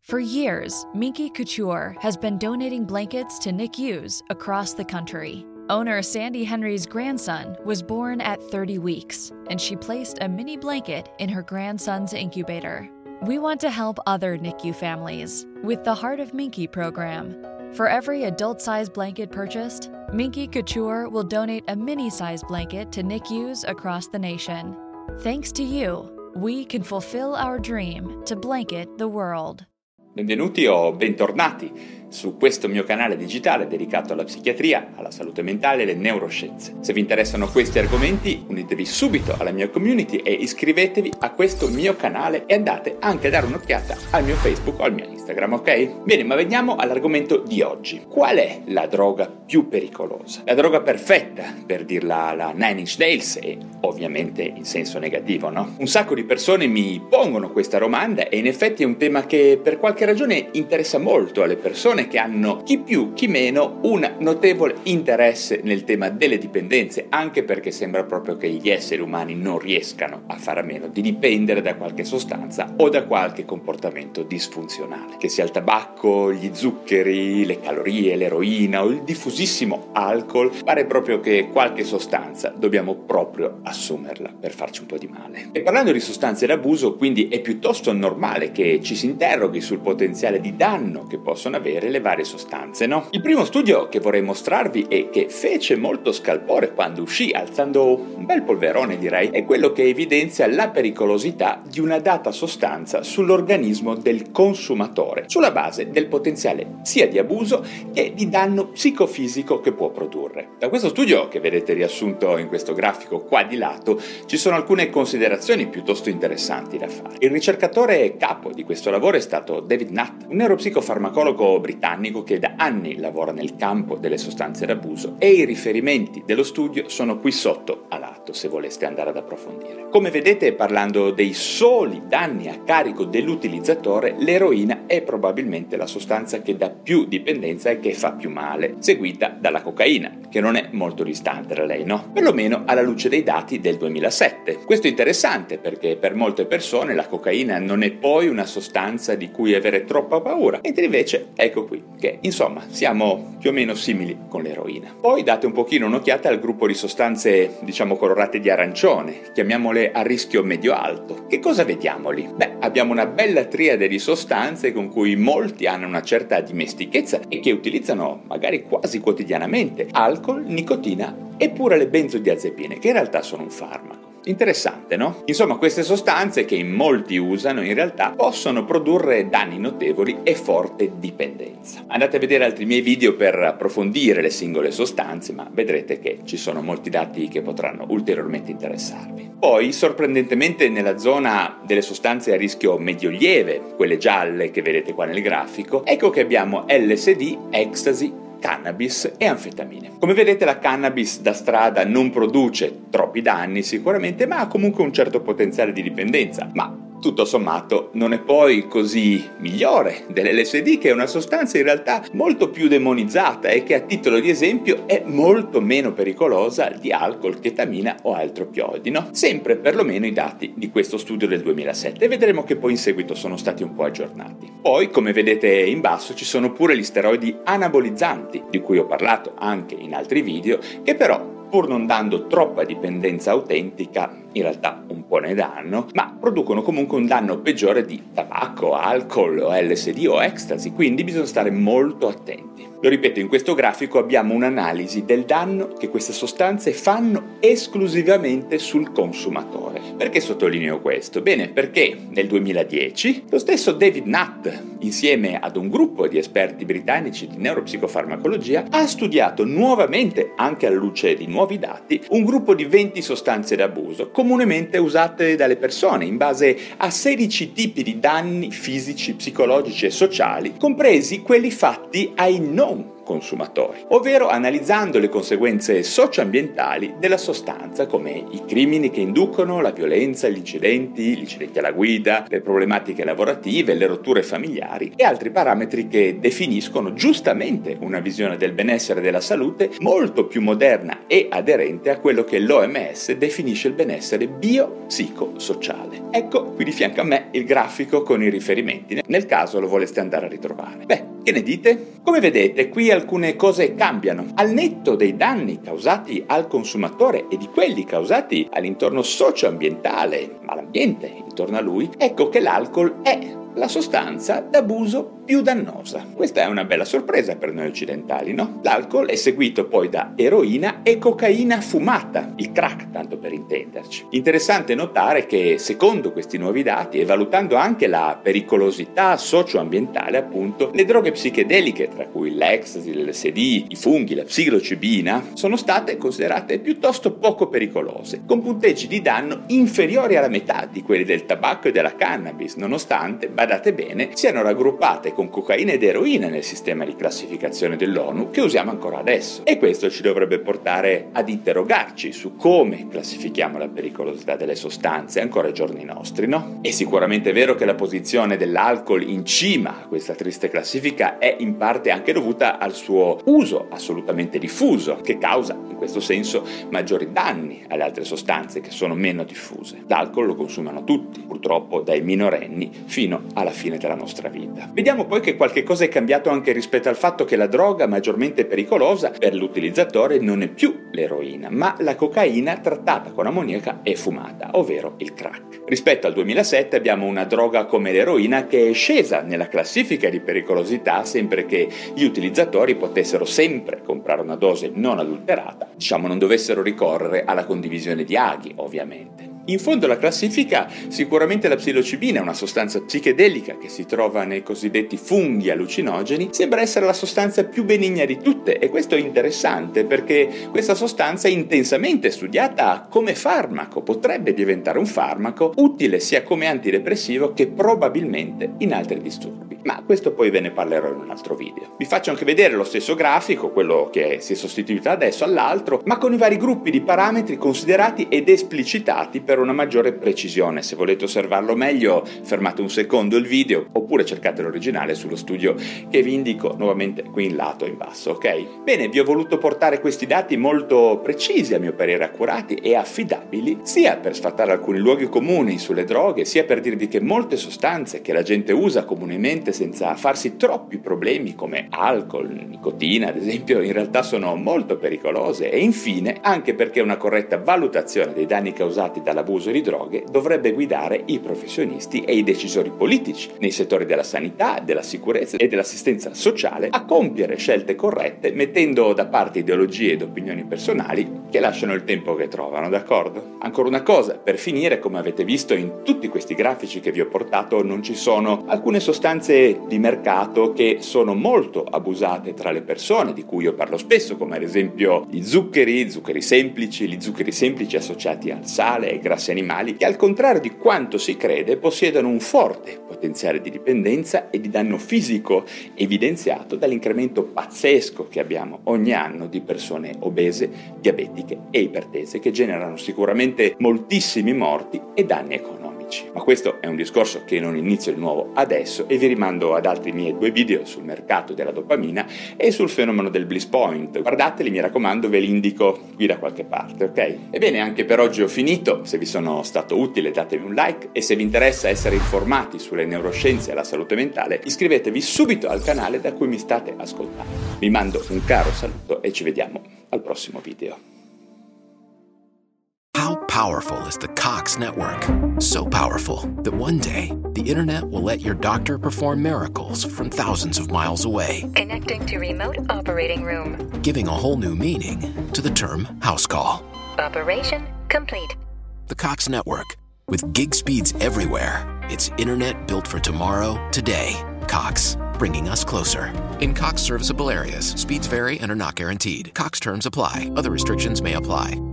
For years, Minky Couture has been donating blankets to NICUs across the country. Owner Sandy Henry's grandson was born at 30 weeks, and she placed a mini blanket in her grandson's incubator. We want to help other NICU families with the Heart of Minky program. For every adult-sized blanket purchased, Minky Couture will donate a mini-sized blanket to NICUs across the nation. Thanks to you, we can fulfill our dream to blanket the world. Benvenuti o bentornati su questo mio canale digitale dedicato alla psichiatria, alla salute mentale e alle neuroscienze. Se vi interessano questi argomenti, unitevi subito alla mia community e iscrivetevi a questo mio canale e andate anche a dare un'occhiata al mio Facebook o al mio Instagram, ok? Bene, ma veniamo all'argomento di oggi. Qual è la droga più pericolosa? La droga perfetta, per dirla alla Nine Inch Nails, e ovviamente in senso negativo, no? Un sacco di persone mi pongono questa domanda e in effetti è un tema che per qualche ragione interessa molto alle persone che hanno chi più chi meno un notevole interesse nel tema delle dipendenze, anche perché sembra proprio che gli esseri umani non riescano a fare a meno di dipendere da qualche sostanza o da qualche comportamento disfunzionale, che sia il tabacco, gli zuccheri, le calorie, l'eroina o il diffusissimo alcol. Pare proprio che qualche sostanza dobbiamo proprio assumerla per farci un po' di male. E parlando di sostanze d'abuso, quindi è piuttosto normale che ci si interroghi sul potenziale di danno che possono avere le varie sostanze, no? Il primo studio che vorrei mostrarvi e che fece molto scalpore quando uscì, alzando un bel polverone direi, è quello che evidenzia la pericolosità di una data sostanza sull'organismo del consumatore, sulla base del potenziale sia di abuso che di danno psicofisico che può produrre. Da questo studio, che vedete riassunto in questo grafico qua di lato, ci sono alcune considerazioni piuttosto interessanti da fare. Il ricercatore capo di questo lavoro è stato David Nutt, un neuropsicofarmacologo britannico che da anni lavora nel campo delle sostanze d'abuso, e i riferimenti dello studio sono qui sotto a lato se voleste andare ad approfondire. Come vedete, parlando dei soli danni a carico dell'utilizzatore, l'eroina è probabilmente la sostanza che dà più dipendenza e che fa più male, seguita dalla cocaina, che non è molto distante da lei, no? Perlomeno alla luce dei dati del 2007. Questo è interessante perché per molte persone la cocaina non è poi una sostanza di cui avere troppa paura, mentre invece ecco qui che insomma siamo più o meno simili con l'eroina. Poi date un pochino un'occhiata al gruppo di sostanze diciamo colorate di arancione, chiamiamole a rischio medio-alto. Che cosa vediamo lì? Beh, abbiamo una bella triade di sostanze con cui molti hanno una certa dimestichezza e che utilizzano magari quasi quotidianamente: alcol, nicotina e pure le benzodiazepine, che in realtà sono un farmaco. Interessante, no? Insomma, queste sostanze che in molti usano in realtà possono produrre danni notevoli e forte dipendenza. Andate a vedere altri miei video per approfondire le singole sostanze, ma vedrete che ci sono molti dati che potranno ulteriormente interessarvi. Poi, sorprendentemente, nella zona delle sostanze a rischio medio-lieve, quelle gialle che vedete qua nel grafico, ecco che abbiamo LSD, ecstasy, cannabis e anfetamine. Come vedete, la cannabis da strada non produce troppi danni sicuramente, ma ha comunque un certo potenziale di dipendenza. Ma tutto sommato non è poi così migliore dell'LSD, che è una sostanza in realtà molto più demonizzata e che a titolo di esempio è molto meno pericolosa di alcol, chetamina o altri opioidi, no? Sempre perlomeno i dati di questo studio del 2007, e vedremo che poi in seguito sono stati un po' aggiornati. Poi, come vedete in basso, ci sono pure gli steroidi anabolizzanti, di cui ho parlato anche in altri video, che però, pur non dando troppa dipendenza autentica, in realtà un po' ne danno, ma producono comunque un danno peggiore di tabacco, alcol o LSD o ecstasy, quindi bisogna stare molto attenti. Lo ripeto, in questo grafico abbiamo un'analisi del danno che queste sostanze fanno esclusivamente sul consumatore. Perché sottolineo questo? Bene, perché nel 2010 lo stesso David Nutt, insieme ad un gruppo di esperti britannici di neuropsicofarmacologia, ha studiato nuovamente, anche alla luce di nuovi dati, un gruppo di 20 sostanze d'abuso comunemente usate dalle persone in base a 16 tipi di danni fisici, psicologici e sociali, compresi quelli fatti ai non consumatori, ovvero analizzando le conseguenze socioambientali della sostanza, come i crimini che inducono, la violenza, gli incidenti alla guida, le problematiche lavorative, le rotture familiari e altri parametri che definiscono giustamente una visione del benessere e della salute molto più moderna e aderente a quello che l'OMS definisce il benessere biopsicosociale. Ecco qui di fianco a me il grafico con i riferimenti, nel caso lo voleste andare a ritrovare. Che ne dite? Come vedete, qui alcune cose cambiano. Al netto dei danni causati al consumatore e di quelli causati all'intorno socioambientale, all'ambiente intorno a lui, ecco che l'alcol è la sostanza d'abuso più dannosa. Questa è una bella sorpresa per noi occidentali, no? L'alcol è seguito poi da eroina e cocaina fumata, il crack tanto per intenderci. Interessante notare che secondo questi nuovi dati e valutando anche la pericolosità socioambientale, appunto, le droghe psichedeliche, tra cui l'ecstasy, l'LSD, i funghi, la psilocibina, sono state considerate piuttosto poco pericolose, con punteggi di danno inferiori alla metà di quelli del tabacco e della cannabis, nonostante, badate bene, siano raggruppate con cocaina ed eroina nel sistema di classificazione dell'ONU che usiamo ancora adesso. E questo ci dovrebbe portare ad interrogarci su come classifichiamo la pericolosità delle sostanze ancora ai giorni nostri, no? È sicuramente vero che la posizione dell'alcol in cima a questa triste classifica è in parte anche dovuta al suo uso assolutamente diffuso, che causa in questo senso maggiori danni alle altre sostanze che sono meno diffuse. L'alcol lo consumano tutti, purtroppo dai minorenni fino alla fine della nostra vita. Vediamo poi che qualche cosa è cambiato anche rispetto al fatto che la droga maggiormente pericolosa per l'utilizzatore non è più l'eroina, ma la cocaina trattata con ammoniaca e fumata, ovvero il crack. Rispetto al 2007 abbiamo una droga come l'eroina che è scesa nella classifica di pericolosità sempre che gli utilizzatori potessero sempre comprare una dose non adulterata, non dovessero ricorrere alla condivisione di aghi, ovviamente. In fondo alla classifica sicuramente la psilocibina, una sostanza psichedelica che si trova nei cosiddetti funghi allucinogeni, sembra essere la sostanza più benigna di tutte, e questo è interessante perché questa sostanza è intensamente studiata come farmaco, potrebbe diventare un farmaco utile sia come antidepressivo che probabilmente in altri disturbi. Ma questo poi ve ne parlerò in un altro video. Vi faccio anche vedere lo stesso grafico, quello che si è sostituito adesso all'altro, ma con i vari gruppi di parametri considerati ed esplicitati per una maggiore precisione. Se volete osservarlo meglio, fermate un secondo il video oppure cercate l'originale sullo studio che vi indico nuovamente qui in lato in basso, ok? Bene, vi ho voluto portare questi dati molto precisi, a mio parere accurati e affidabili, sia per sfatare alcuni luoghi comuni sulle droghe, sia per dirvi che molte sostanze che la gente usa comunemente senza farsi troppi problemi, come alcol, nicotina ad esempio, in realtà sono molto pericolose, e infine anche perché una corretta valutazione dei danni causati dall'abuso di droghe dovrebbe guidare i professionisti e i decisori politici nei settori della sanità, della sicurezza e dell'assistenza sociale a compiere scelte corrette, mettendo da parte ideologie ed opinioni personali che lasciano il tempo che trovano, d'accordo? Ancora una cosa, per finire, come avete visto in tutti questi grafici che vi ho portato, non ci sono alcune sostanze di mercato che sono molto abusate tra le persone, di cui io parlo spesso, come ad esempio gli zuccheri semplici associati al sale e ai grassi animali, che al contrario di quanto si crede possiedono un forte potenziale di dipendenza e di danno fisico, evidenziato dall'incremento pazzesco che abbiamo ogni anno di persone obese, diabetiche e ipertese, che generano sicuramente moltissimi morti e danni economici. Ma questo è un discorso che non inizio di nuovo adesso e vi rimando ad altri miei 2 video sul mercato della dopamina e sul fenomeno del bliss point. Guardateli, mi raccomando, ve li indico qui da qualche parte, ok? Ebbene, anche per oggi ho finito. Se vi sono stato utile datemi un like, e se vi interessa essere informati sulle neuroscienze e la salute mentale, iscrivetevi subito al canale da cui mi state ascoltando. Vi mando un caro saluto e ci vediamo al prossimo video. How powerful is the Cox network? So powerful that one day the internet will let your doctor perform miracles from thousands of miles away. Connecting to remote operating room. Giving a whole new meaning to the term house call. Operation complete. The Cox network. With gig speeds everywhere. It's internet built for tomorrow, today. Cox, bringing us closer. In Cox serviceable areas, speeds vary and are not guaranteed. Cox terms apply. Other restrictions may apply.